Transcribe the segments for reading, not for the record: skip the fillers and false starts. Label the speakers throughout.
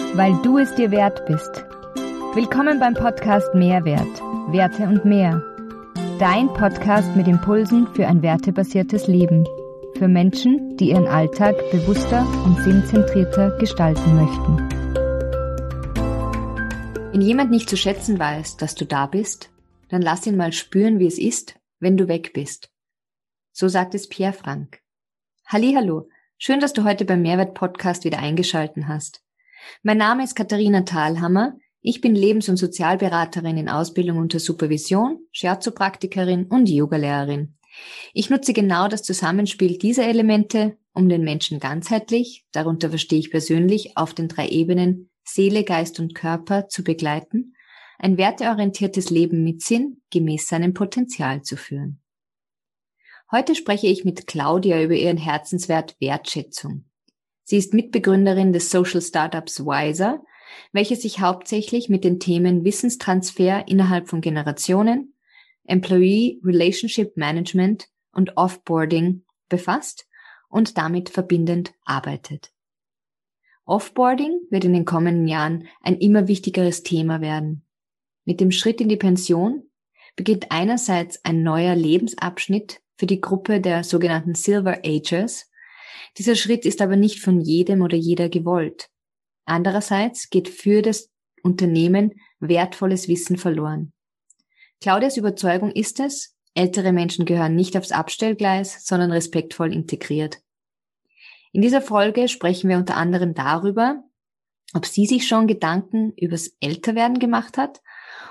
Speaker 1: weil du es dir wert bist. Willkommen beim Podcast Mehrwert, Werte und mehr. Dein Podcast mit Impulsen für ein wertebasiertes Leben. Für Menschen, die ihren Alltag bewusster und sinnzentrierter gestalten möchten. Wenn jemand nicht zu schätzen weiß, dass du da bist, dann lass ihn mal spüren, wie es ist, wenn du weg bist. So sagt es Pierre Frank. Hallihallo, schön, dass du heute beim Mehrwert-Podcast wieder eingeschaltet hast. Mein Name ist Katharina Thalhammer. Ich bin Lebens- und Sozialberaterin in Ausbildung unter Supervision, Shiatsu-Praktikerin und Yogalehrerin. Ich nutze genau das Zusammenspiel dieser Elemente, um den Menschen ganzheitlich, darunter verstehe ich persönlich, auf den 3 Ebenen Seele, Geist und Körper zu begleiten, ein werteorientiertes Leben mit Sinn gemäß seinem Potenzial zu führen. Heute spreche ich mit Claudia über ihren Herzenswert Wertschätzung. Sie ist Mitbegründerin des Social Startups Wiser, welches sich hauptsächlich mit den Themen Wissenstransfer innerhalb von Generationen, Employee Relationship Management und Offboarding befasst und damit verbindend arbeitet. Offboarding wird in den kommenden Jahren ein immer wichtigeres Thema werden. Mit dem Schritt in die Pension beginnt einerseits ein neuer Lebensabschnitt für die Gruppe der sogenannten Silver Agers. Dieser Schritt ist aber nicht von jedem oder jeder gewollt. Andererseits geht für das Unternehmen wertvolles Wissen verloren. Claudias Überzeugung ist es, ältere Menschen gehören nicht aufs Abstellgleis, sondern respektvoll integriert. In dieser Folge sprechen wir unter anderem darüber, ob sie sich schon Gedanken übers Älterwerden gemacht hat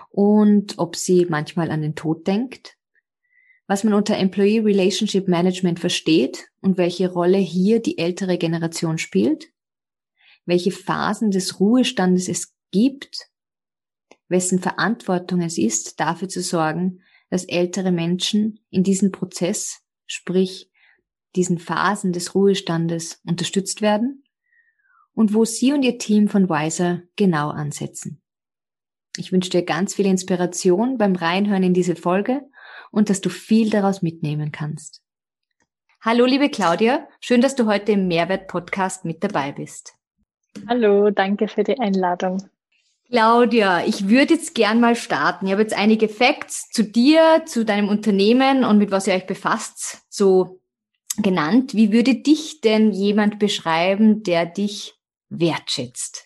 Speaker 1: und ob sie manchmal an den Tod denkt, was man unter Employee Relationship Management versteht und welche Rolle hier die ältere Generation spielt, welche Phasen des Ruhestandes es gibt, wessen Verantwortung es ist, dafür zu sorgen, dass ältere Menschen in diesem Prozess, sprich diesen Phasen des Ruhestandes, unterstützt werden und wo sie und ihr Team von Wiser genau ansetzen. Ich wünsche dir ganz viel Inspiration beim Reinhören in diese Folge und dass du viel daraus mitnehmen kannst. Hallo liebe Claudia, schön, dass du heute im Mehrwert-Podcast mit dabei bist.
Speaker 2: Hallo, danke für die Einladung.
Speaker 1: Claudia, ich würde jetzt gern mal starten. Ich habe jetzt einige Facts zu dir, zu deinem Unternehmen und mit was ihr euch befasst, so genannt. Wie würde dich denn jemand beschreiben, der dich wertschätzt?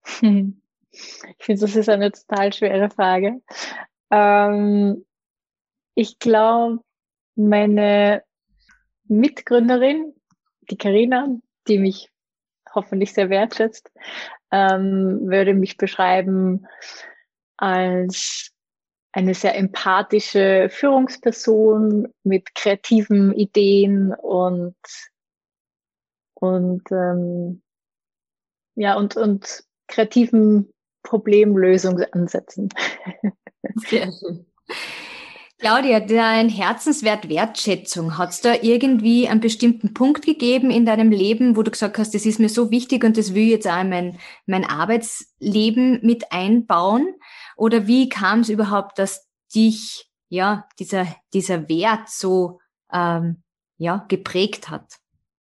Speaker 2: Ich finde, das ist eine total schwere Frage. Ich glaube, meine Mitgründerin, die Carina, die mich hoffentlich sehr wertschätzt, würde mich beschreiben als eine sehr empathische Führungsperson mit kreativen Ideen und kreativen Problemlösungsansätzen.
Speaker 1: Sehr schön. Claudia, dein Herzenswert Wertschätzung, hat es da irgendwie einen bestimmten Punkt gegeben in deinem Leben, wo du gesagt hast, das ist mir so wichtig und das will ich jetzt auch in mein Arbeitsleben mit einbauen? Oder wie kam es überhaupt, dass dich dieser Wert so geprägt hat?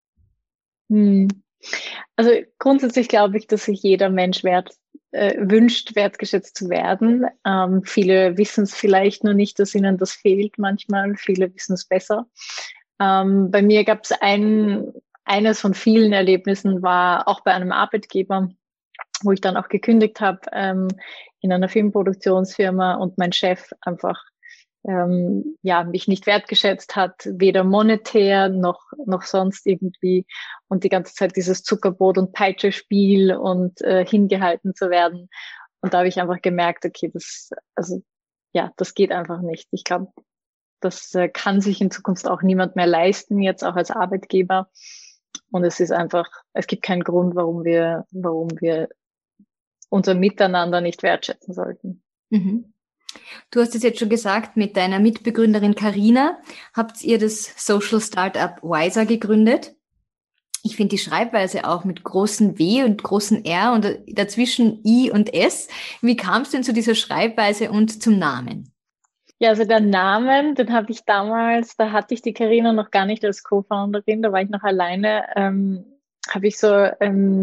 Speaker 2: Also grundsätzlich glaube ich, dass sich jeder Mensch wünscht, wertgeschätzt zu werden. Viele wissen es vielleicht nur nicht, dass ihnen das fehlt manchmal. Viele wissen es besser. Bei mir gab es eines von vielen Erlebnissen, war auch bei einem Arbeitgeber, wo ich dann auch gekündigt habe, in einer Filmproduktionsfirma und mein Chef einfach mich nicht wertgeschätzt hat, weder monetär noch sonst irgendwie, und die ganze Zeit dieses Zuckerbrot- und Peitsche-Spiel und hingehalten zu werden. Und da habe ich einfach gemerkt, okay, das geht einfach nicht. Ich glaube, das kann sich in Zukunft auch niemand mehr leisten, jetzt auch als Arbeitgeber. Und es gibt keinen Grund, warum wir unser Miteinander nicht wertschätzen sollten.
Speaker 1: Mhm. Du hast es jetzt schon gesagt, mit deiner Mitbegründerin Carina habt ihr das Social Startup Wiser gegründet. Ich finde die Schreibweise auch mit großen W und großen R und dazwischen I und S. Wie kam es denn zu dieser Schreibweise und zum Namen?
Speaker 2: Ja, also der Namen, den habe ich damals, da hatte ich die Carina noch gar nicht als Co-Founderin, da war ich noch alleine, habe ich so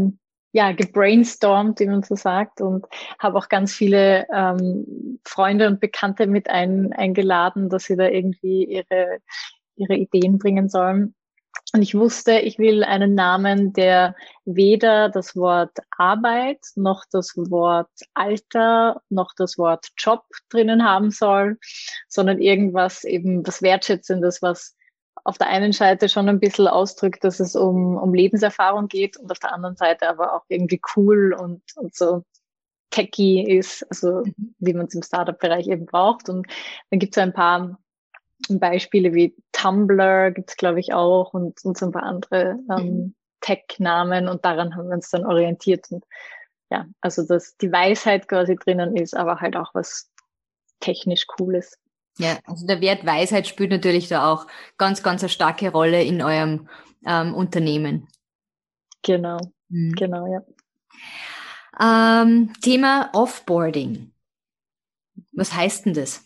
Speaker 2: ja, gebrainstormt, wie man so sagt, und habe auch ganz viele Freunde und Bekannte mit eingeladen, dass sie da irgendwie ihre Ideen bringen sollen. Und ich wusste, ich will einen Namen, der weder das Wort Arbeit, noch das Wort Alter, noch das Wort Job drinnen haben soll, sondern irgendwas eben was Wertschätzendes, was auf der einen Seite schon ein bisschen ausdrückt, dass es um Lebenserfahrung geht und auf der anderen Seite aber auch irgendwie cool und so techy ist, also wie man es im Startup-Bereich eben braucht. Und dann gibt es ein paar Beispiele wie Tumblr gibt es, glaube ich, auch und so ein paar andere Tech-Namen, und daran haben wir uns dann orientiert. Und ja, also dass die Weisheit quasi drinnen ist, aber halt auch was technisch Cooles.
Speaker 1: Ja, also der Wert Weisheit spielt natürlich da auch ganz, ganz eine starke Rolle in eurem Unternehmen.
Speaker 2: Genau, genau, ja.
Speaker 1: Thema Offboarding. Was heißt denn das?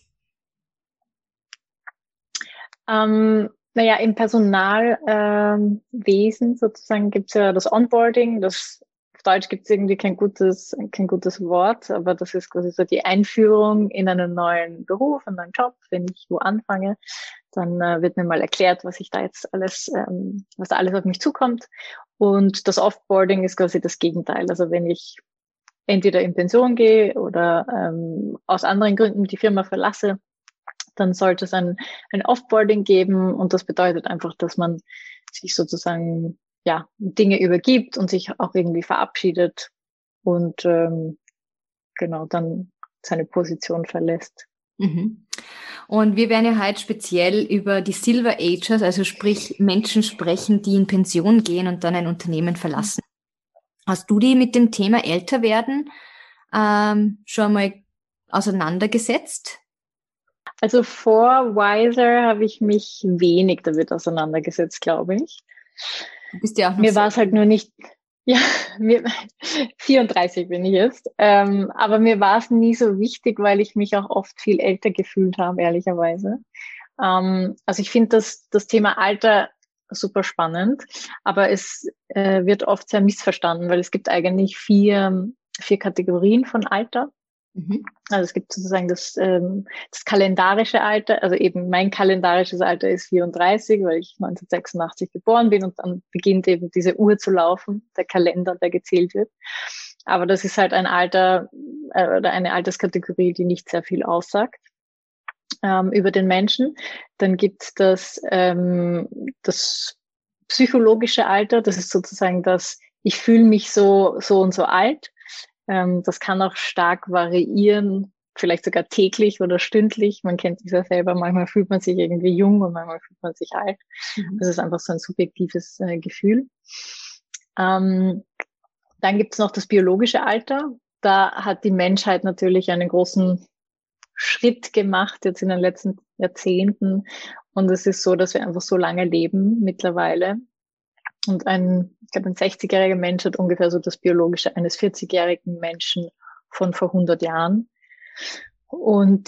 Speaker 2: Naja, im Personalwesen sozusagen gibt es ja das Onboarding. Das, auf Deutsch gibt es irgendwie kein gutes Wort, aber das ist quasi so die Einführung in einen neuen Beruf, einen neuen Job. Wenn ich wo anfange, dann wird mir mal erklärt, was ich da jetzt alles, was da alles auf mich zukommt. Und das Offboarding ist quasi das Gegenteil. Also wenn ich entweder in Pension gehe oder aus anderen Gründen die Firma verlasse, dann sollte es ein Offboarding geben, und das bedeutet einfach, dass man sich sozusagen ja Dinge übergibt und sich auch irgendwie verabschiedet und genau dann seine Position verlässt.
Speaker 1: Mhm. Und wir werden ja heute speziell über die Silver Agers, also sprich Menschen sprechen, die in Pension gehen und dann ein Unternehmen verlassen. Hast du die mit dem Thema Älterwerden schon mal auseinandergesetzt?
Speaker 2: Also vor Wiser habe ich mich wenig damit auseinandergesetzt, glaube ich.
Speaker 1: Du bist ja auch noch
Speaker 2: Mir war es halt nur nicht, ja, 34 bin ich jetzt, aber mir war es nie so wichtig, weil ich mich auch oft viel älter gefühlt habe, ehrlicherweise. Also ich finde das Thema Alter super spannend, aber es wird oft sehr missverstanden, weil es gibt eigentlich vier Kategorien von Alter. Also es gibt sozusagen das kalendarische Alter, also eben mein kalendarisches Alter ist 34, weil ich 1986 geboren bin, und dann beginnt eben diese Uhr zu laufen, der Kalender, der gezählt wird. Aber das ist halt ein Alter oder eine Alterskategorie, die nicht sehr viel aussagt über den Menschen. Dann gibt's das psychologische Alter, das ist sozusagen das, ich fühle mich so und so alt. Das kann auch stark variieren, vielleicht sogar täglich oder stündlich. Man kennt es ja selber, manchmal fühlt man sich irgendwie jung und manchmal fühlt man sich alt. Das ist einfach so ein subjektives Gefühl. Dann gibt es noch das biologische Alter. Da hat die Menschheit natürlich einen großen Schritt gemacht jetzt in den letzten Jahrzehnten. Und es ist so, dass wir einfach so lange leben mittlerweile. Und ich glaube, ein 60-jähriger Mensch hat ungefähr so das Biologische eines 40-jährigen Menschen von vor 100 Jahren. Und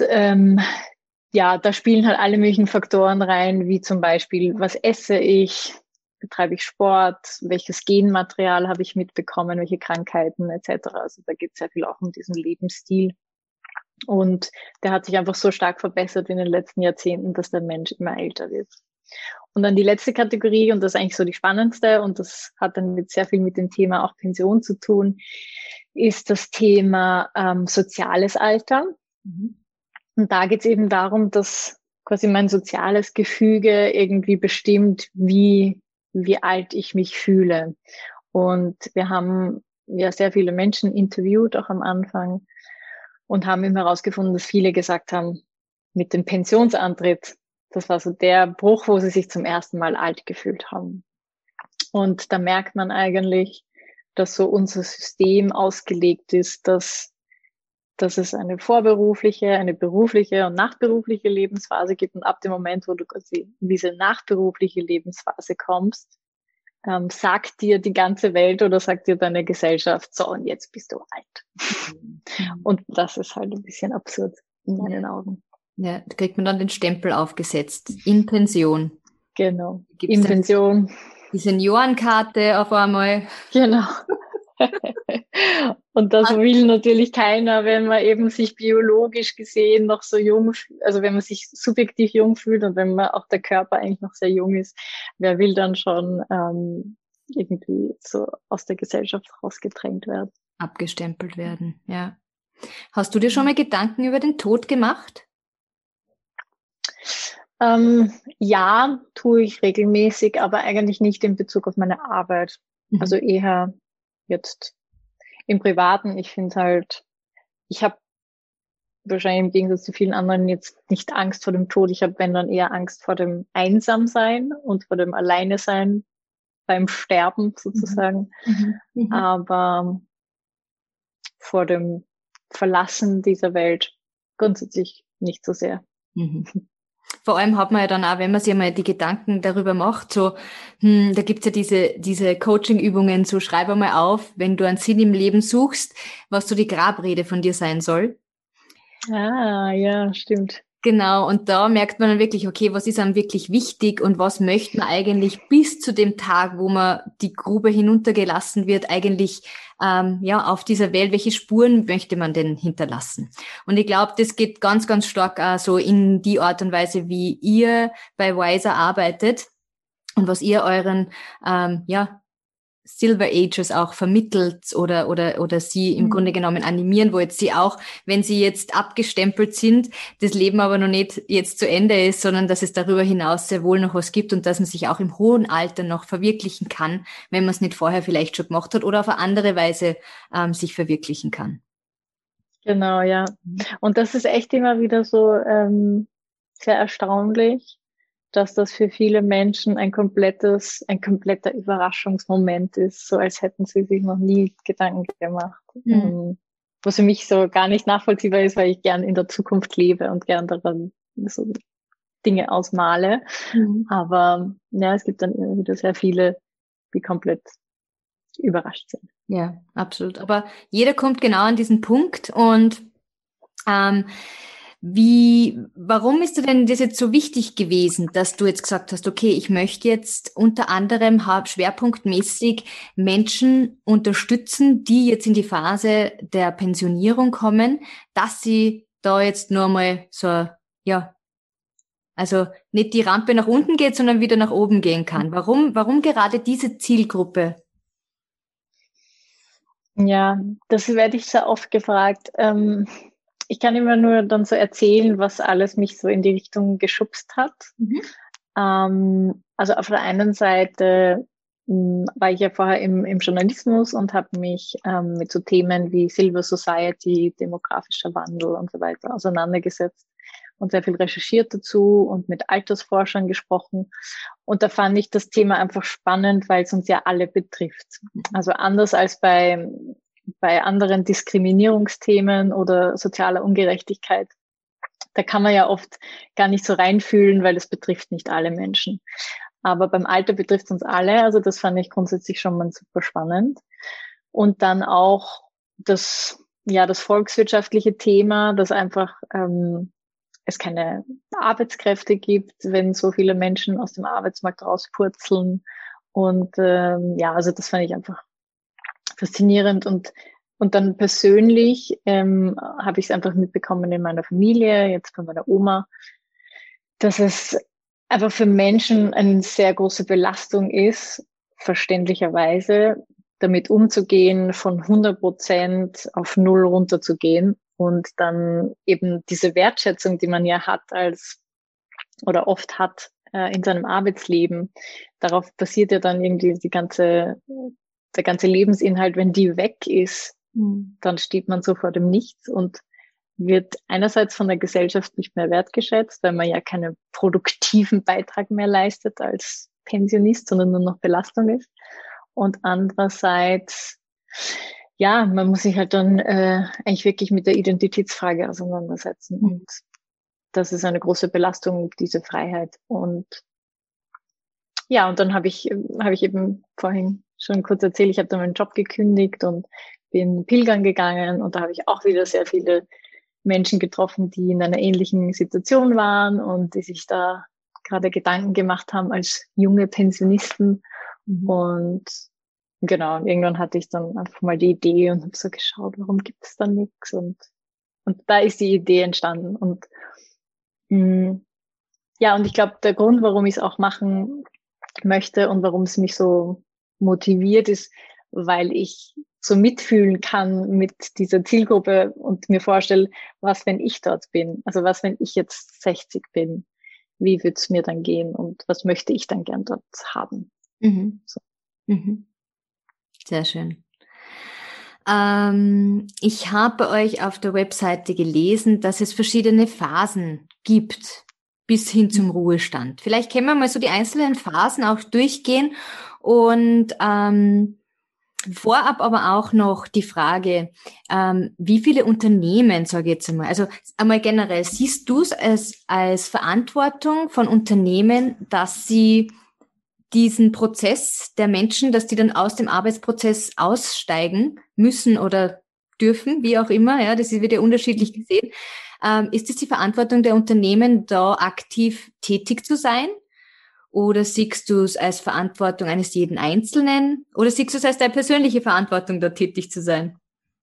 Speaker 2: ja, da spielen halt alle möglichen Faktoren rein, wie zum Beispiel, was esse ich, betreibe ich Sport, welches Genmaterial habe ich mitbekommen, welche Krankheiten etc. Also da geht es sehr viel auch um diesen Lebensstil. Und der hat sich einfach so stark verbessert in den letzten Jahrzehnten, dass der Mensch immer älter wird. Und dann die letzte Kategorie, und das ist eigentlich so die spannendste, und das hat dann sehr viel mit dem Thema auch Pension zu tun, ist das Thema soziales Alter. Und da geht es eben darum, dass quasi mein soziales Gefüge irgendwie bestimmt, wie alt ich mich fühle. Und wir haben ja sehr viele Menschen interviewt, auch am Anfang, und haben eben herausgefunden, dass viele gesagt haben, mit dem Pensionsantritt, das war so der Bruch, wo sie sich zum ersten Mal alt gefühlt haben. Und da merkt man eigentlich, dass so unser System ausgelegt ist, dass es eine vorberufliche, eine berufliche und nachberufliche Lebensphase gibt. Und ab dem Moment, wo du quasi in diese nachberufliche Lebensphase kommst, sagt dir die ganze Welt oder sagt dir deine Gesellschaft, so, und jetzt bist du alt. Und das ist halt ein bisschen absurd in meinen Augen.
Speaker 1: Ja, da kriegt man dann den Stempel aufgesetzt. In Pension.
Speaker 2: Genau. In Pension.
Speaker 1: Die Seniorenkarte auf einmal.
Speaker 2: Genau. Und das will natürlich keiner, wenn man eben sich biologisch gesehen noch so jung, also wenn man sich subjektiv jung fühlt und wenn man auch der Körper eigentlich noch sehr jung ist, wer will dann schon irgendwie so aus der Gesellschaft rausgedrängt werden?
Speaker 1: Abgestempelt werden, ja. Hast du dir schon mal Gedanken über den Tod gemacht?
Speaker 2: Ja, tue ich regelmäßig, aber eigentlich nicht in Bezug auf meine Arbeit. Also eher jetzt im Privaten. Ich finde halt, ich habe wahrscheinlich im Gegensatz zu vielen anderen jetzt nicht Angst vor dem Tod. Ich habe, wenn dann eher Angst vor dem Einsamsein und vor dem Alleinesein beim Sterben sozusagen. Aber vor dem Verlassen dieser Welt grundsätzlich nicht so sehr.
Speaker 1: Vor allem hat man ja dann auch, wenn man sich einmal die Gedanken darüber macht, so, da gibt's ja diese Coaching-Übungen, so schreib einmal auf, wenn du einen Sinn im Leben suchst, was so die Grabrede von dir sein soll.
Speaker 2: Ah, ja, stimmt.
Speaker 1: Genau, und da merkt man dann wirklich, okay, was ist einem wirklich wichtig und was möchte man eigentlich bis zu dem Tag, wo man die Grube hinuntergelassen wird, eigentlich auf dieser Welt, welche Spuren möchte man denn hinterlassen? Und ich glaube, das geht ganz, ganz stark so in die Art und Weise, wie ihr bei Wiser arbeitet und was ihr euren Silver Ages auch vermittelt oder sie im Grunde genommen animieren wollt, sie auch, wenn sie jetzt abgestempelt sind, das Leben aber noch nicht jetzt zu Ende ist, sondern dass es darüber hinaus sehr wohl noch was gibt und dass man sich auch im hohen Alter noch verwirklichen kann, wenn man es nicht vorher vielleicht schon gemacht hat oder auf eine andere Weise sich verwirklichen kann.
Speaker 2: Genau, ja. Und das ist echt immer wieder so sehr erstaunlich, dass das für viele Menschen ein kompletter Überraschungsmoment ist, so als hätten sie sich noch nie Gedanken gemacht. Was für mich so gar nicht nachvollziehbar ist, weil ich gern in der Zukunft lebe und gern daran so Dinge ausmale. Aber ja, es gibt dann immer wieder sehr viele, die komplett überrascht sind.
Speaker 1: Ja, absolut. Aber jeder kommt genau an diesen Punkt und warum ist dir denn das jetzt so wichtig gewesen, dass du jetzt gesagt hast, okay, ich möchte jetzt unter anderem schwerpunktmäßig Menschen unterstützen, die jetzt in die Phase der Pensionierung kommen, dass sie da jetzt nur mal so, also nicht die Rampe nach unten geht, sondern wieder nach oben gehen kann. Warum gerade diese Zielgruppe?
Speaker 2: Ja, das werde ich sehr oft gefragt. Ich kann immer nur dann so erzählen, was alles mich so in die Richtung geschubst hat. Also auf der einen Seite war ich ja vorher im Journalismus und habe mich mit so Themen wie Silver Society, demografischer Wandel und so weiter auseinandergesetzt und sehr viel recherchiert dazu und mit Altersforschern gesprochen. Und da fand ich das Thema einfach spannend, weil es uns ja alle betrifft. Also anders als bei anderen Diskriminierungsthemen oder sozialer Ungerechtigkeit. Da kann man ja oft gar nicht so reinfühlen, weil es betrifft nicht alle Menschen. Aber beim Alter betrifft es uns alle. Also das fand ich grundsätzlich schon mal super spannend. Und dann auch das volkswirtschaftliche Thema, dass einfach es keine Arbeitskräfte gibt, wenn so viele Menschen aus dem Arbeitsmarkt rauspurzeln. Und also das fand ich einfach faszinierend. Und dann persönlich habe ich es einfach mitbekommen in meiner Familie, jetzt bei meiner Oma, dass es einfach für Menschen eine sehr große Belastung ist, verständlicherweise, damit umzugehen, von 100% auf 0 runterzugehen und dann eben diese Wertschätzung, die man ja hat oder oft hat in seinem Arbeitsleben, darauf basiert ja dann irgendwie der ganze Lebensinhalt, wenn die weg ist, dann steht man so vor dem Nichts und wird einerseits von der Gesellschaft nicht mehr wertgeschätzt, weil man ja keinen produktiven Beitrag mehr leistet als Pensionist, sondern nur noch Belastung ist. Und andererseits, ja, man muss sich halt dann eigentlich wirklich mit der Identitätsfrage auseinandersetzen. Und das ist eine große Belastung, diese Freiheit. Und ja, und dann habe ich eben vorhin schon kurz erzählt, ich habe dann meinen Job gekündigt und bin pilgern gegangen und da habe ich auch wieder sehr viele Menschen getroffen, die in einer ähnlichen Situation waren und die sich da gerade Gedanken gemacht haben als junge Pensionisten. Und genau, und irgendwann hatte ich dann einfach mal die Idee und habe so geschaut, warum gibt es da nichts? Und da ist die Idee entstanden. Und ja, und ich glaube, der Grund, warum ich es auch machen möchte und warum es mich so motiviert, ist, weil ich so mitfühlen kann mit dieser Zielgruppe und mir vorstelle, was, wenn ich dort bin? Also was, wenn ich jetzt 60 bin? Wie würde es mir dann gehen und was möchte ich dann gern dort haben?
Speaker 1: Mhm.
Speaker 2: So.
Speaker 1: Mhm. Sehr schön. Ich habe bei euch auf der Webseite gelesen, dass es verschiedene Phasen gibt bis hin zum Ruhestand. Vielleicht können wir mal so die einzelnen Phasen auch durchgehen und vorab aber auch noch die Frage, wie viele Unternehmen, sage ich jetzt einmal, also einmal generell, siehst du es als Verantwortung von Unternehmen, dass sie diesen Prozess der Menschen, dass die dann aus dem Arbeitsprozess aussteigen müssen oder dürfen, wie auch immer, ja, das wird ja unterschiedlich gesehen. Ist es die Verantwortung der Unternehmen, da aktiv tätig zu sein? Oder siehst du es als Verantwortung eines jeden Einzelnen? Oder siehst du es als deine persönliche Verantwortung, da tätig zu sein?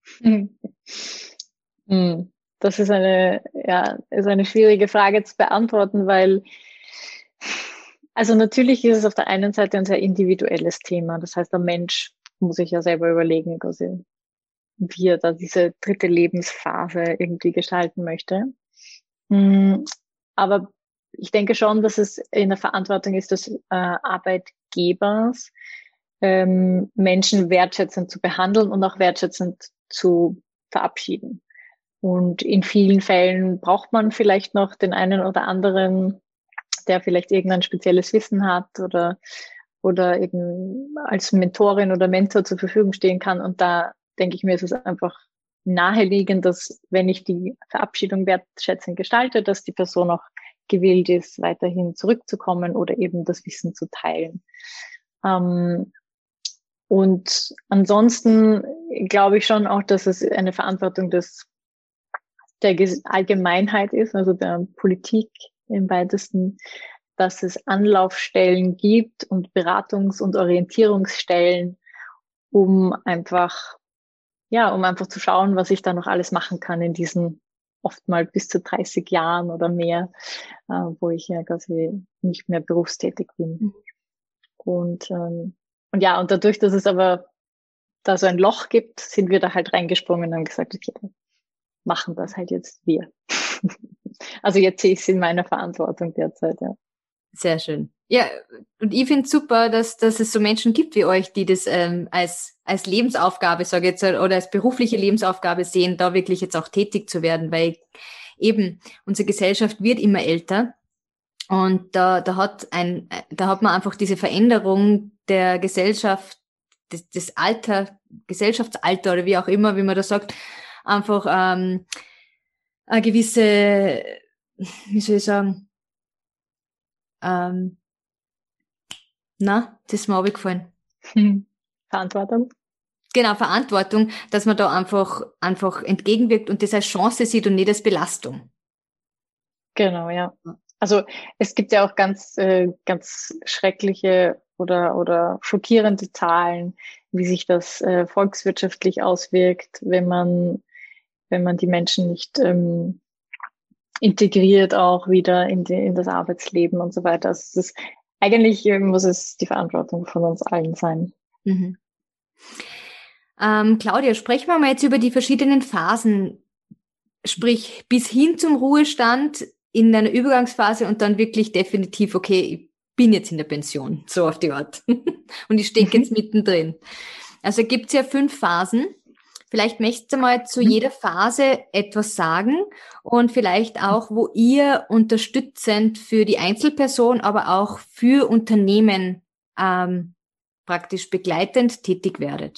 Speaker 2: Das ist eine schwierige Frage zu beantworten, weil, also natürlich ist es auf der einen Seite ein sehr individuelles Thema. Das heißt, der Mensch muss sich ja selber überlegen, quasi, wie er da diese dritte Lebensphase irgendwie gestalten möchte. Aber ich denke schon, dass es in der Verantwortung ist des Arbeitgebers, Menschen wertschätzend zu behandeln und auch wertschätzend zu verabschieden. Und in vielen Fällen braucht man vielleicht noch den einen oder anderen, der vielleicht irgendein spezielles Wissen hat oder eben als Mentorin oder Mentor zur Verfügung stehen kann. Und da denke ich mir, ist es einfach naheliegend, dass wenn ich die Verabschiedung wertschätzend gestalte, dass die Person auch gewillt ist, weiterhin zurückzukommen oder eben das Wissen zu teilen. Und ansonsten glaube ich schon auch, dass es eine Verantwortung der Allgemeinheit ist, also der Politik im weitesten, dass es Anlaufstellen gibt und Beratungs- und Orientierungsstellen, um einfach zu schauen, was ich da noch alles machen kann in diesen oft mal bis zu 30 Jahren oder mehr, wo ich ja quasi nicht mehr berufstätig bin. Und dadurch, dass es aber da so ein Loch gibt, sind wir da halt reingesprungen und haben gesagt, okay, machen das halt jetzt wir. Also jetzt sehe ich es in meiner Verantwortung derzeit, ja.
Speaker 1: Sehr schön. Ja, und ich finde es super, dass es so Menschen gibt wie euch, die das als Lebensaufgabe, sage ich jetzt, oder als berufliche Lebensaufgabe sehen, da wirklich jetzt auch tätig zu werden, weil eben unsere Gesellschaft wird immer älter und da hat man einfach diese Veränderung der Gesellschaft, des Gesellschaftsalter oder wie auch immer, wie man das sagt, einfach eine gewisse, wie soll ich sagen, das ist mir runtergefallen.
Speaker 2: Verantwortung.
Speaker 1: Genau, Verantwortung, dass man da einfach entgegenwirkt und das als Chance sieht und nicht als Belastung.
Speaker 2: Genau, ja. Also es gibt ja auch ganz schreckliche oder schockierende Zahlen, wie sich das volkswirtschaftlich auswirkt, wenn man die Menschen nicht integriert auch wieder in das Arbeitsleben und so weiter. Also eigentlich muss es die Verantwortung von uns allen sein.
Speaker 1: Mhm. Claudia, sprechen wir mal jetzt über die verschiedenen Phasen, sprich bis hin zum Ruhestand in einer Übergangsphase und dann wirklich definitiv, okay, ich bin jetzt in der Pension, so auf die Art. Und ich stecke jetzt mittendrin. Also gibt's ja 5 Phasen. Vielleicht möchtest du mal zu jeder Phase etwas sagen und vielleicht auch, wo ihr unterstützend für die Einzelperson, aber auch für Unternehmen praktisch begleitend tätig werdet.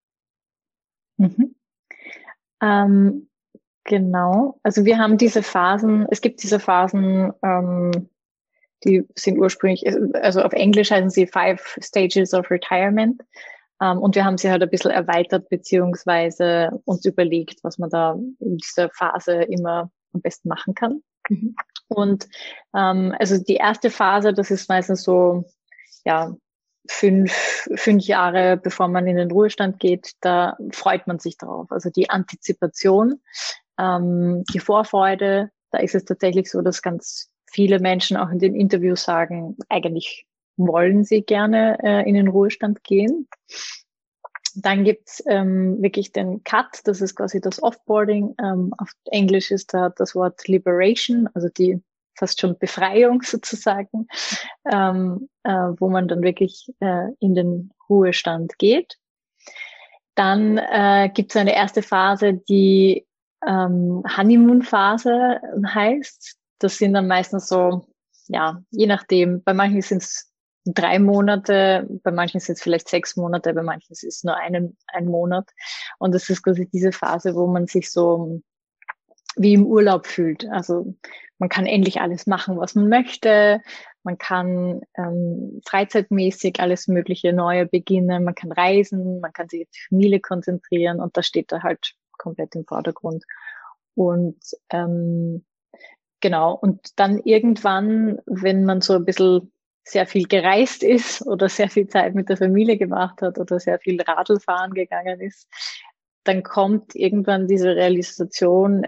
Speaker 2: Genau. Also wir haben diese Phasen, es gibt diese Phasen, die sind ursprünglich, also auf Englisch heißen sie 5 Stages of Retirement. Und wir haben sie halt ein bisschen erweitert, beziehungsweise uns überlegt, was man da in dieser Phase immer am besten machen kann. Und also die erste Phase, das ist meistens so, ja, fünf Jahre, bevor man in den Ruhestand geht, da freut man sich drauf. Also die Antizipation, die Vorfreude, da ist es tatsächlich so, dass ganz viele Menschen auch in den Interviews sagen, eigentlich wollen sie gerne in den Ruhestand gehen. Dann gibt's wirklich den Cut, das ist quasi das Offboarding. Auf Englisch ist da das Wort Liberation, also die fast schon Befreiung sozusagen, wo man dann wirklich in den Ruhestand geht. Dann gibt's eine erste Phase, die Honeymoon-Phase heißt. Das sind dann meistens so, ja, je nachdem, bei manchen sind es 3 Monate, bei manchen sind es vielleicht 6 Monate, bei manchen ist es nur ein Monat. Und das ist quasi diese Phase, wo man sich so wie im Urlaub fühlt. Also man kann endlich alles machen, was man möchte. Man kann freizeitmäßig alles Mögliche Neue beginnen. Man kann reisen, man kann sich auf die Familie konzentrieren und das steht da halt komplett im Vordergrund. Und genau, und dann irgendwann, wenn man so ein bisschen sehr viel gereist ist oder sehr viel Zeit mit der Familie gemacht hat oder sehr viel Radl fahren gegangen ist, dann kommt irgendwann diese Realisation,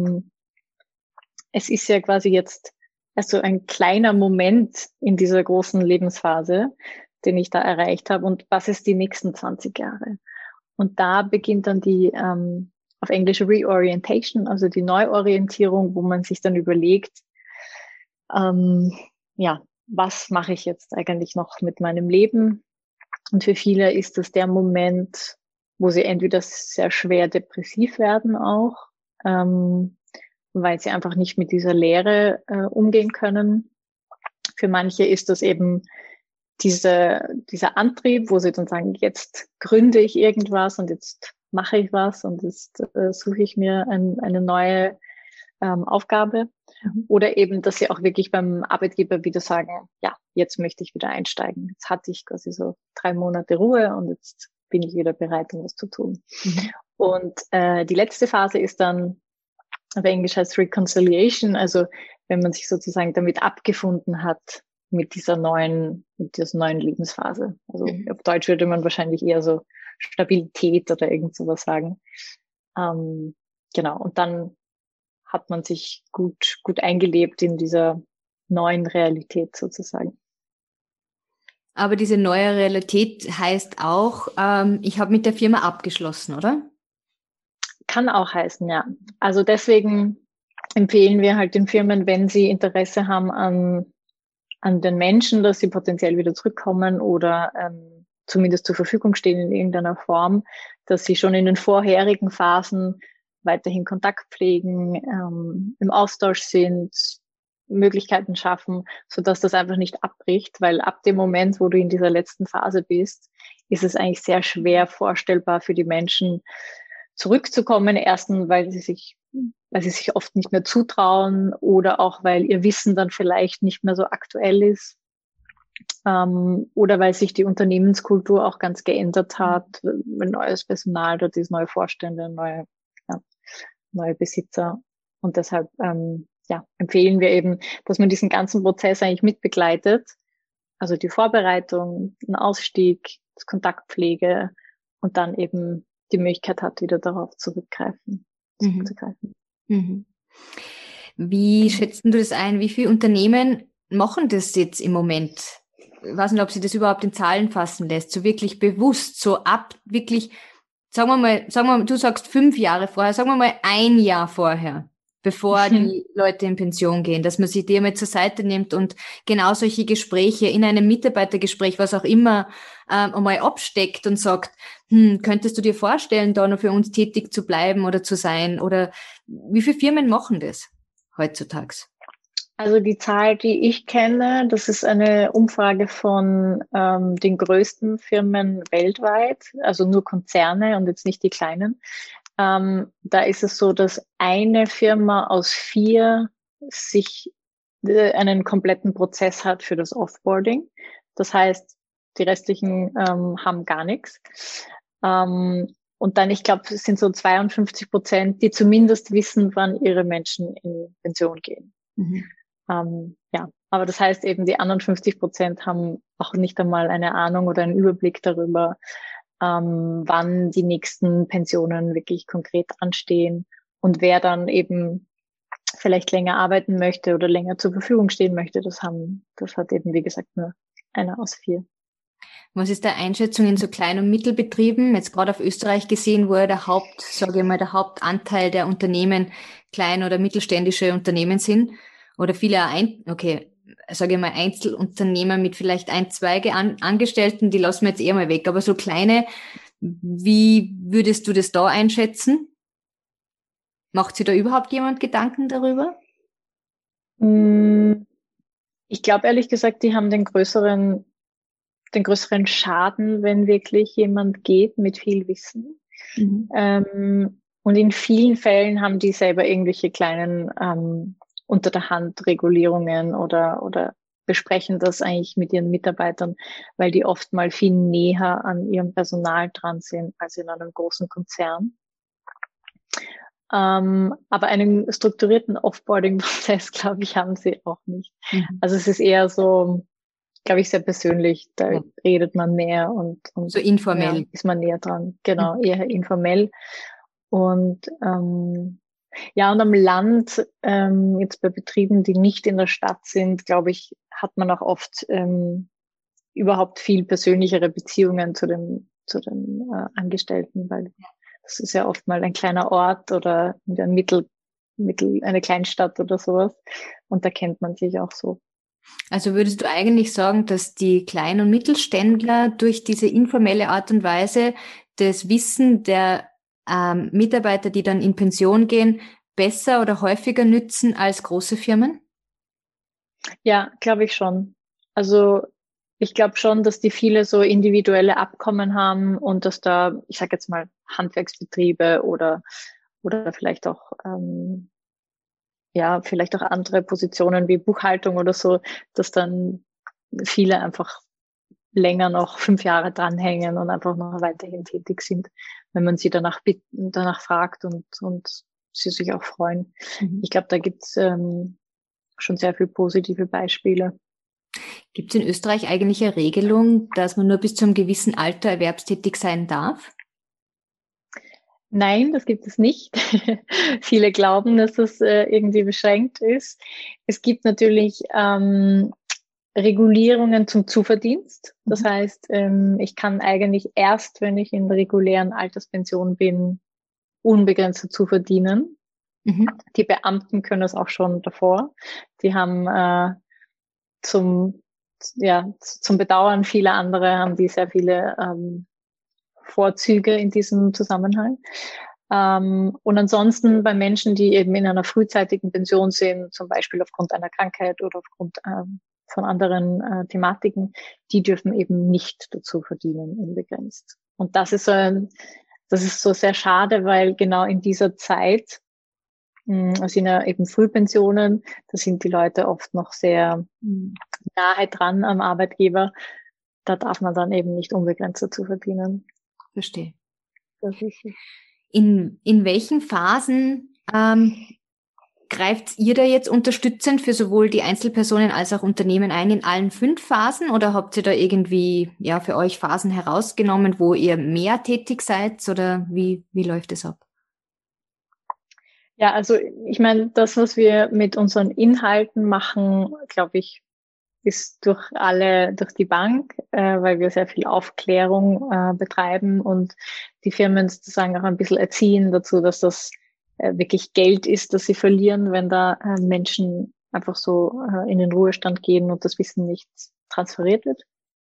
Speaker 2: es ist ja quasi jetzt also ein kleiner Moment in dieser großen Lebensphase, den ich da erreicht habe. Und was ist die nächsten 20 Jahre? Und da beginnt dann die auf Englisch Reorientation, also die Neuorientierung, wo man sich dann überlegt, ja, was mache ich jetzt eigentlich noch mit meinem Leben? Und für viele ist das der Moment, wo sie entweder sehr schwer depressiv werden auch, weil sie einfach nicht mit dieser Leere umgehen können. Für manche ist das eben dieser Antrieb, wo sie dann sagen, jetzt gründe ich irgendwas und jetzt mache ich was und jetzt suche ich mir eine neue Aufgabe. Oder eben, dass sie auch wirklich beim Arbeitgeber wieder sagen, ja, jetzt möchte ich wieder einsteigen. Jetzt hatte ich quasi so 3 Monate Ruhe und jetzt bin ich wieder bereit, um was zu tun. Und die letzte Phase ist dann, auf Englisch heißt Reconciliation, also wenn man sich sozusagen damit abgefunden hat, mit dieser neuen Lebensphase. Also auf Deutsch würde man wahrscheinlich eher so Stabilität oder irgend sowas sagen. Genau, und dann hat man sich gut eingelebt in dieser neuen Realität sozusagen.
Speaker 1: Aber diese neue Realität heißt auch, ich habe mit der Firma abgeschlossen, oder?
Speaker 2: Kann auch heißen, ja. Also deswegen empfehlen wir halt den Firmen, wenn sie Interesse haben an den Menschen, dass sie potenziell wieder zurückkommen oder zumindest zur Verfügung stehen in irgendeiner Form, dass sie schon in den vorherigen Phasen weiterhin Kontakt pflegen, im Austausch sind, Möglichkeiten schaffen, sodass das einfach nicht abbricht, weil ab dem Moment, wo du in dieser letzten Phase bist, ist es eigentlich sehr schwer vorstellbar für die Menschen, zurückzukommen. Erstens, weil sie sich oft nicht mehr zutrauen oder auch, weil ihr Wissen dann vielleicht nicht mehr so aktuell ist. Oder weil sich die Unternehmenskultur auch ganz geändert hat, ein neues Personal dort ist, neue Vorstände, neue Besitzer. Und deshalb empfehlen wir eben, dass man diesen ganzen Prozess eigentlich mitbegleitet. Also die Vorbereitung, den Ausstieg, das Kontaktpflege und dann eben die Möglichkeit hat, wieder darauf zurückzugreifen.
Speaker 1: Wie schätzen du das ein? Wie viele Unternehmen machen das jetzt im Moment? Ich weiß nicht, ob sie das überhaupt in Zahlen fassen lässt, so wirklich bewusst, so ab, wirklich, sagen wir mal, du sagst 5 Jahre vorher, sagen wir mal 1 Jahr vorher, bevor die Leute in Pension gehen, dass man sich die einmal zur Seite nimmt und genau solche Gespräche in einem Mitarbeitergespräch, was auch immer, einmal absteckt und sagt, könntest du dir vorstellen, da noch für uns tätig zu bleiben oder zu sein? Oder wie viele Firmen machen das heutzutage?
Speaker 2: Also die Zahl, die ich kenne, das ist eine Umfrage von den größten Firmen weltweit, also nur Konzerne und jetzt nicht die kleinen. Da ist es so, dass eine Firma aus 4 sich einen kompletten Prozess hat für das Offboarding. Das heißt, die restlichen haben gar nichts. Und dann, ich glaube, es sind so 52%, die zumindest wissen, wann ihre Menschen in Pension gehen. Aber das heißt eben, die anderen 50% haben auch nicht einmal eine Ahnung oder einen Überblick darüber, wann die nächsten Pensionen wirklich konkret anstehen und wer dann eben vielleicht länger arbeiten möchte oder länger zur Verfügung stehen möchte. Das hat eben, wie gesagt, nur einer aus 4.
Speaker 1: Was ist der Einschätzung in so Klein- und Mittelbetrieben? Jetzt gerade auf Österreich gesehen, wo ja der Hauptanteil der Unternehmen klein- oder mittelständische Unternehmen sind oder viele Einzelunternehmer mit vielleicht 1, 2 Angestellten, die lassen wir jetzt eher mal weg. Aber so kleine, wie würdest du das da einschätzen? Macht sich da überhaupt jemand Gedanken darüber?
Speaker 2: Ich glaube ehrlich gesagt, die haben den größeren Schaden, wenn wirklich jemand geht mit viel Wissen. Und in vielen Fällen haben die selber irgendwelche kleinen unter der Hand Regulierungen oder besprechen das eigentlich mit ihren Mitarbeitern, weil die oft mal viel näher an ihrem Personal dran sind als in einem großen Konzern. Aber einen strukturierten Offboarding-Prozess, glaube ich, haben sie auch nicht. Also es ist eher so, glaube ich, sehr persönlich. Da redet man mehr und
Speaker 1: so informell.
Speaker 2: Ja, ist man näher dran. Genau, eher informell. Und ja, und am Land, jetzt bei Betrieben, die nicht in der Stadt sind, glaube ich, hat man auch oft überhaupt viel persönlichere Beziehungen zu den Angestellten, weil das ist ja oft mal ein kleiner Ort oder eine Kleinstadt oder sowas. Und da kennt man sich auch so.
Speaker 1: Also würdest du eigentlich sagen, dass die Klein- und Mittelständler durch diese informelle Art und Weise das Wissen der Mitarbeiter, die dann in Pension gehen, besser oder häufiger nützen als große Firmen?
Speaker 2: Ja, glaube ich schon. Also ich glaube schon, dass die viele so individuelle Abkommen haben und dass da, ich sage jetzt mal, Handwerksbetriebe oder vielleicht auch vielleicht auch andere Positionen wie Buchhaltung oder so, dass dann viele einfach länger noch 5 Jahre dranhängen und einfach noch weiterhin tätig sind, wenn man sie danach fragt und sie sich auch freuen. Ich glaube, da gibt's schon sehr viele positive Beispiele.
Speaker 1: Gibt es in Österreich eigentlich eine Regelung, dass man nur bis zu einem gewissen Alter erwerbstätig sein darf?
Speaker 2: Nein, das gibt es nicht. Viele glauben, dass das irgendwie beschränkt ist. Es gibt natürlich Regulierungen zum Zuverdienst. Das heißt, ich kann eigentlich erst, wenn ich in der regulären Alterspension bin, unbegrenzt dazu verdienen. Die Beamten können das auch schon davor. Die haben zum Bedauern vieler andere haben die sehr viele Vorzüge in diesem Zusammenhang. Und ansonsten bei Menschen, die eben in einer frühzeitigen Pension sind, zum Beispiel aufgrund einer Krankheit oder aufgrund von anderen Thematiken, die dürfen eben nicht dazu verdienen, unbegrenzt. Und das ist so sehr schade, weil genau in dieser Zeit, sind ja eben Frühpensionen, da sind die Leute oft noch sehr nahe dran am Arbeitgeber. Da darf man dann eben nicht unbegrenzt dazu verdienen.
Speaker 1: Verstehe.
Speaker 2: Das ist es.
Speaker 1: In welchen Phasen greift ihr da jetzt unterstützend für sowohl die Einzelpersonen als auch Unternehmen ein, in allen 5 Phasen, oder habt ihr da irgendwie für euch Phasen herausgenommen, wo ihr mehr tätig seid, oder wie läuft es ab?
Speaker 2: Ja, also ich meine, das, was wir mit unseren Inhalten machen, glaube ich, ist durch die Bank, weil wir sehr viel Aufklärung betreiben und die Firmen sozusagen auch ein bisschen erziehen dazu, dass das wirklich Geld ist, das sie verlieren, wenn da Menschen einfach so in den Ruhestand gehen und das Wissen nicht transferiert wird.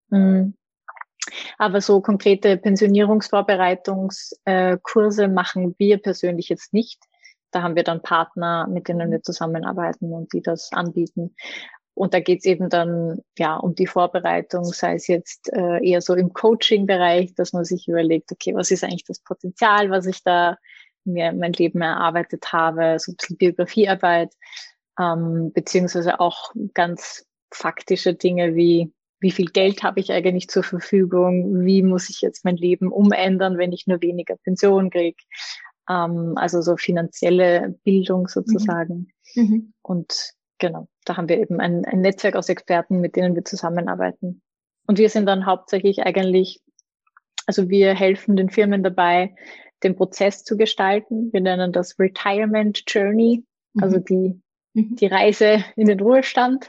Speaker 2: Aber so konkrete Pensionierungsvorbereitungskurse machen wir persönlich jetzt nicht. Da haben wir dann Partner, mit denen wir zusammenarbeiten und die das anbieten. Und da geht's eben dann um die Vorbereitung, sei es jetzt eher so im Coaching-Bereich, dass man sich überlegt, okay, was ist eigentlich das Potenzial, was ich da mir mein Leben erarbeitet habe, so ein bisschen Biografiearbeit, beziehungsweise auch ganz faktische Dinge wie viel Geld habe ich eigentlich zur Verfügung, wie muss ich jetzt mein Leben umändern, wenn ich nur weniger Pension kriege. Also so finanzielle Bildung sozusagen. Und genau, da haben wir eben ein Netzwerk aus Experten, mit denen wir zusammenarbeiten. Und wir sind dann hauptsächlich eigentlich, also wir helfen den Firmen dabei, den Prozess zu gestalten. Wir nennen das Retirement Journey, also die Reise in den Ruhestand.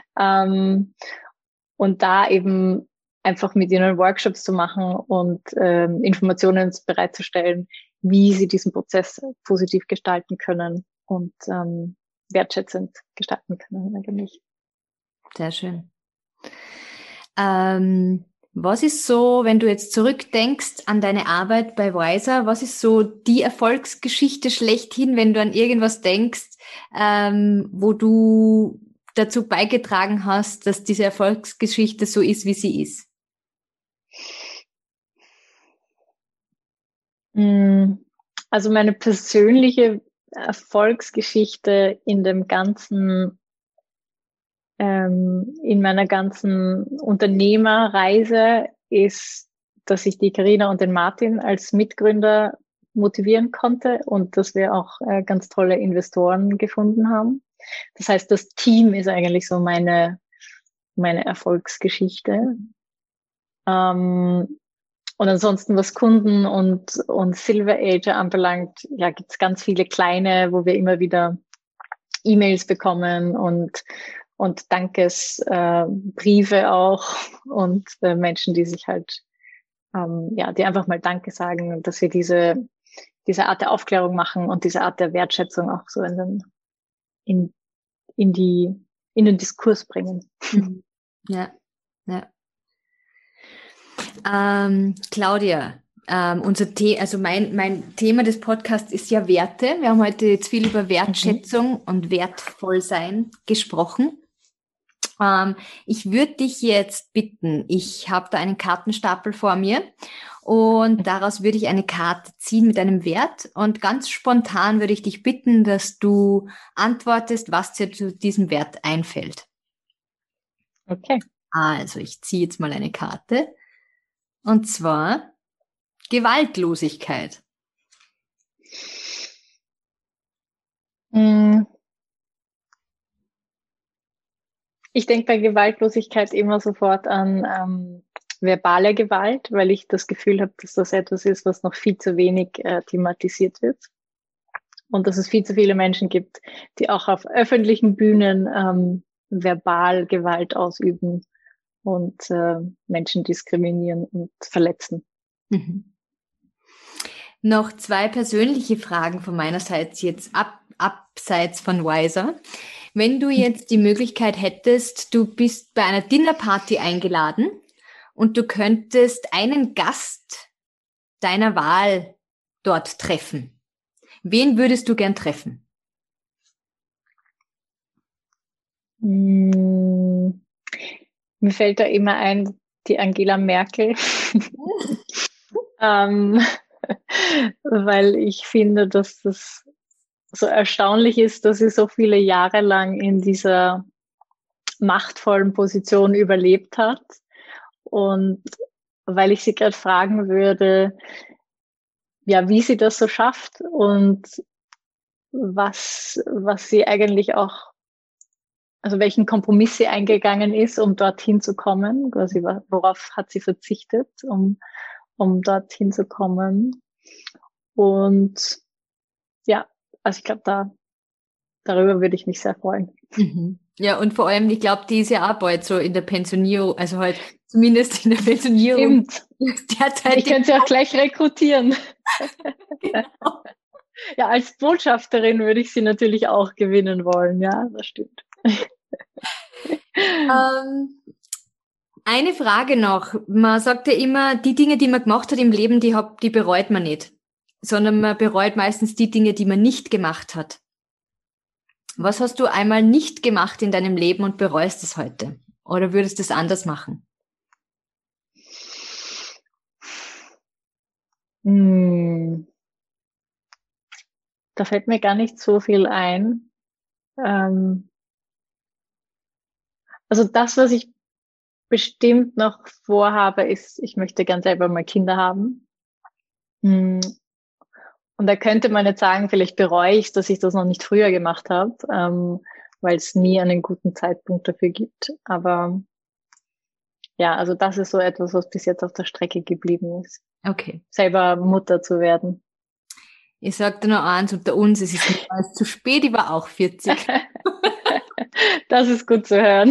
Speaker 2: Und da eben einfach mit ihnen Workshops zu machen und Informationen bereitzustellen, wie sie diesen Prozess positiv gestalten können und wertschätzend gestalten können eigentlich.
Speaker 1: Sehr schön. Was ist so, wenn du jetzt zurückdenkst an deine Arbeit bei Wiser, was ist so die Erfolgsgeschichte schlechthin, wenn du an irgendwas denkst, wo du dazu beigetragen hast, dass diese Erfolgsgeschichte so ist, wie sie ist?
Speaker 2: Also meine persönliche Erfolgsgeschichte in dem ganzen, in meiner ganzen Unternehmerreise ist, dass ich die Carina und den Martin als Mitgründer motivieren konnte und dass wir auch ganz tolle Investoren gefunden haben. Das heißt, das Team ist eigentlich so meine Erfolgsgeschichte. Und ansonsten, was Kunden und Silver Age anbelangt, ja, gibt es ganz viele kleine, wo wir immer wieder E-Mails bekommen und Dankesbriefe auch und Menschen, die sich halt, die einfach mal Danke sagen, dass wir diese Art der Aufklärung machen und diese Art der Wertschätzung auch so in den Diskurs bringen.
Speaker 1: Ja, ja. Claudia, mein Thema des Podcasts ist ja Werte. Wir haben heute jetzt viel über Wertschätzung und Wertvollsein gesprochen. Ich würde dich jetzt bitten, ich habe da einen Kartenstapel vor mir und daraus würde ich eine Karte ziehen mit einem Wert und ganz spontan würde ich dich bitten, dass du antwortest, was dir zu diesem Wert einfällt.
Speaker 2: Okay.
Speaker 1: Also ich ziehe jetzt mal eine Karte. Und zwar Gewaltlosigkeit.
Speaker 2: Ich denke bei Gewaltlosigkeit immer sofort an verbale Gewalt, weil ich das Gefühl habe, dass das etwas ist, was noch viel zu wenig thematisiert wird. Und dass es viel zu viele Menschen gibt, die auch auf öffentlichen Bühnen verbal Gewalt ausüben und Menschen diskriminieren und verletzen.
Speaker 1: Noch 2 persönliche Fragen von meiner Seite jetzt abseits von Wiser. Wenn du jetzt die Möglichkeit hättest, du bist bei einer Dinnerparty eingeladen und du könntest einen Gast deiner Wahl dort treffen. Wen würdest du gern treffen?
Speaker 2: Mir fällt da immer ein, die Angela Merkel. Weil ich finde, dass das so erstaunlich ist, dass sie so viele Jahre lang in dieser machtvollen Position überlebt hat. Und weil ich sie gerade fragen würde, ja, wie sie das so schafft und was sie eigentlich auch, also welchen Kompromiss sie eingegangen ist, um dorthin zu kommen, quasi worauf hat sie verzichtet, um dorthin zu kommen. Und ja, also ich glaube, darüber würde ich mich sehr freuen.
Speaker 1: Ja, und vor allem, ich glaube, die ist ja auch bald so in der Pensionierung, also halt zumindest in der Pensionierung.
Speaker 2: Stimmt. Ich könnte sie auch gleich rekrutieren. Genau. Ja, als Botschafterin würde ich sie natürlich auch gewinnen wollen. Ja, das stimmt.
Speaker 1: Eine Frage noch. Man sagt ja immer, die Dinge, die man gemacht hat im Leben, die bereut man nicht, sondern man bereut meistens die Dinge, die man nicht gemacht hat. Was hast du einmal nicht gemacht in deinem Leben und bereust es heute? Oder würdest du es anders machen?
Speaker 2: Da fällt mir gar nicht so viel ein. Also das, was ich bestimmt noch vorhabe, ist, ich möchte gern selber mal Kinder haben. Und da könnte man jetzt sagen, vielleicht bereue ich es, dass ich das noch nicht früher gemacht habe. weil es nie einen guten Zeitpunkt dafür gibt. Aber ja, also das ist so etwas, was bis jetzt auf der Strecke geblieben ist.
Speaker 1: Okay.
Speaker 2: Selber Mutter zu werden.
Speaker 1: Ich sag dir noch eins, unter uns, es ist niemals zu spät, ich war auch 40.
Speaker 2: Das ist gut zu hören.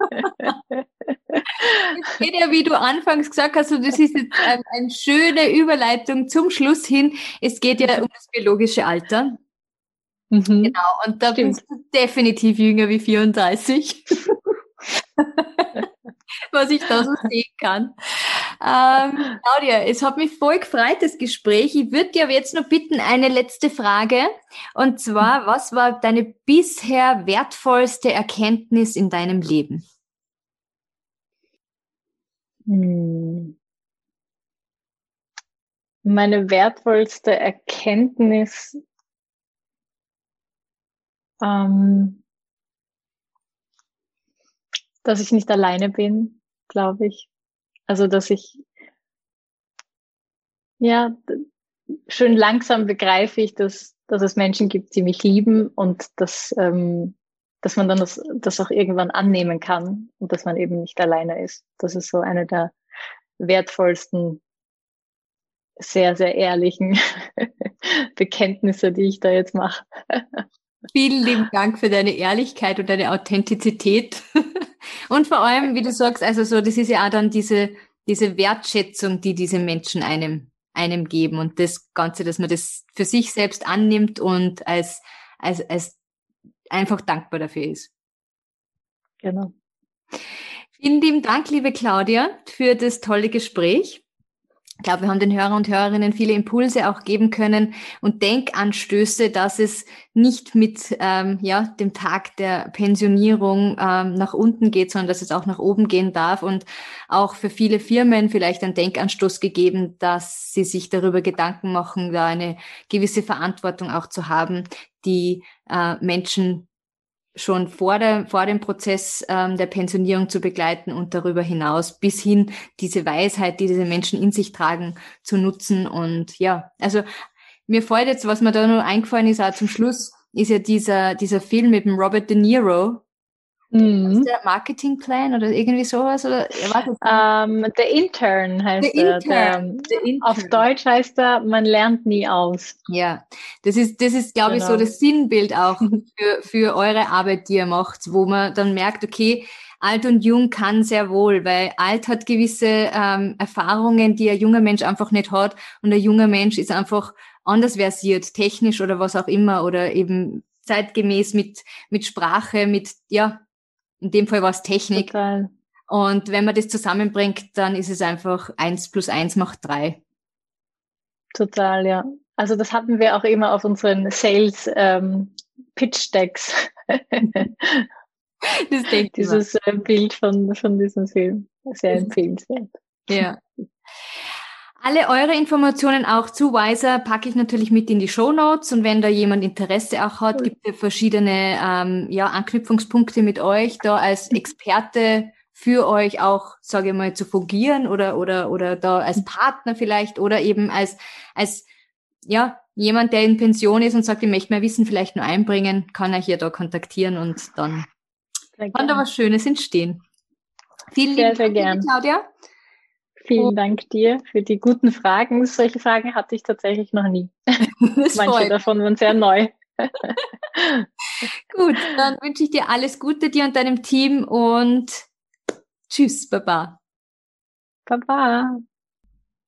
Speaker 1: Es geht ja, wie du anfangs gesagt hast, und das ist jetzt eine schöne Überleitung zum Schluss hin. Es geht ja um das biologische Alter. Genau, und da
Speaker 2: Stimmt.
Speaker 1: bist du definitiv jünger wie 34. Was ich da so sehen kann. Claudia, es hat mich voll gefreut, das Gespräch. Ich würde dir aber jetzt noch bitten, eine letzte Frage. Und zwar, was war deine bisher wertvollste Erkenntnis in deinem Leben?
Speaker 2: Meine wertvollste Erkenntnis, dass ich nicht alleine bin, glaube ich. Also, dass ich, ja, schön langsam begreife ich, dass es Menschen gibt, die mich lieben und dass man dann das auch irgendwann annehmen kann und dass man eben nicht alleine ist. Das ist so eine der wertvollsten, sehr, sehr ehrlichen Bekenntnisse, die ich da jetzt mache.
Speaker 1: Vielen lieben Dank für deine Ehrlichkeit und deine Authentizität. Und vor allem, wie du sagst, also so, das ist ja auch dann diese Wertschätzung, die diese Menschen einem geben und das Ganze, dass man das für sich selbst annimmt und als einfach dankbar dafür ist.
Speaker 2: Genau.
Speaker 1: Vielen lieben Dank, liebe Claudia, für das tolle Gespräch. Ich glaube, wir haben den Hörern und Hörerinnen viele Impulse auch geben können und Denkanstöße, dass es nicht mit dem Tag der Pensionierung nach unten geht, sondern dass es auch nach oben gehen darf und auch für viele Firmen vielleicht einen Denkanstoß gegeben, dass sie sich darüber Gedanken machen, da eine gewisse Verantwortung auch zu haben, die Menschen schon vor dem Prozess der Pensionierung zu begleiten und darüber hinaus bis hin diese Weisheit, die diese Menschen in sich tragen, zu nutzen. Und ja, also mir fällt jetzt, was mir da noch eingefallen ist, auch zum Schluss, ist ja dieser Film mit dem Robert De Niro. Ist der Marketingplan oder irgendwie sowas? Oder
Speaker 2: The Intern heißt
Speaker 1: The Intern.
Speaker 2: Auf Deutsch heißt er, man lernt nie aus.
Speaker 1: Ja, das ist, glaube ich, so das Sinnbild auch für eure Arbeit, die ihr macht, wo man dann merkt, okay, alt und jung kann sehr wohl, weil alt hat gewisse Erfahrungen, die ein junger Mensch einfach nicht hat und ein junger Mensch ist einfach anders versiert, technisch oder was auch immer oder eben zeitgemäß mit Sprache, in dem Fall war es Technik.
Speaker 2: Total.
Speaker 1: Und wenn man das zusammenbringt, dann ist es einfach 1 + 1 = 3.
Speaker 2: Total, ja. Also das hatten wir auch immer auf unseren Sales Pitch Decks. Dieses Bild von diesem Film. Sehr empfehlenswert.
Speaker 1: Ja. Alle eure Informationen auch zu Wiser packe ich natürlich mit in die Shownotes und wenn da jemand Interesse auch hat, gibt es verschiedene Anknüpfungspunkte mit euch, da als Experte für euch auch, sage ich mal, zu fungieren oder da als Partner vielleicht oder eben als jemand, der in Pension ist und sagt, ich möchte mehr Wissen vielleicht nur einbringen, kann er hier da kontaktieren und dann kann da was Schönes entstehen. Vielen lieben Dank, liebe Claudia.
Speaker 2: Vielen Dank dir für die guten Fragen. Solche Fragen hatte ich tatsächlich noch nie. Manche davon waren sehr neu.
Speaker 1: Gut, dann wünsche ich dir alles Gute, dir und deinem Team und tschüss, Baba.
Speaker 2: Baba.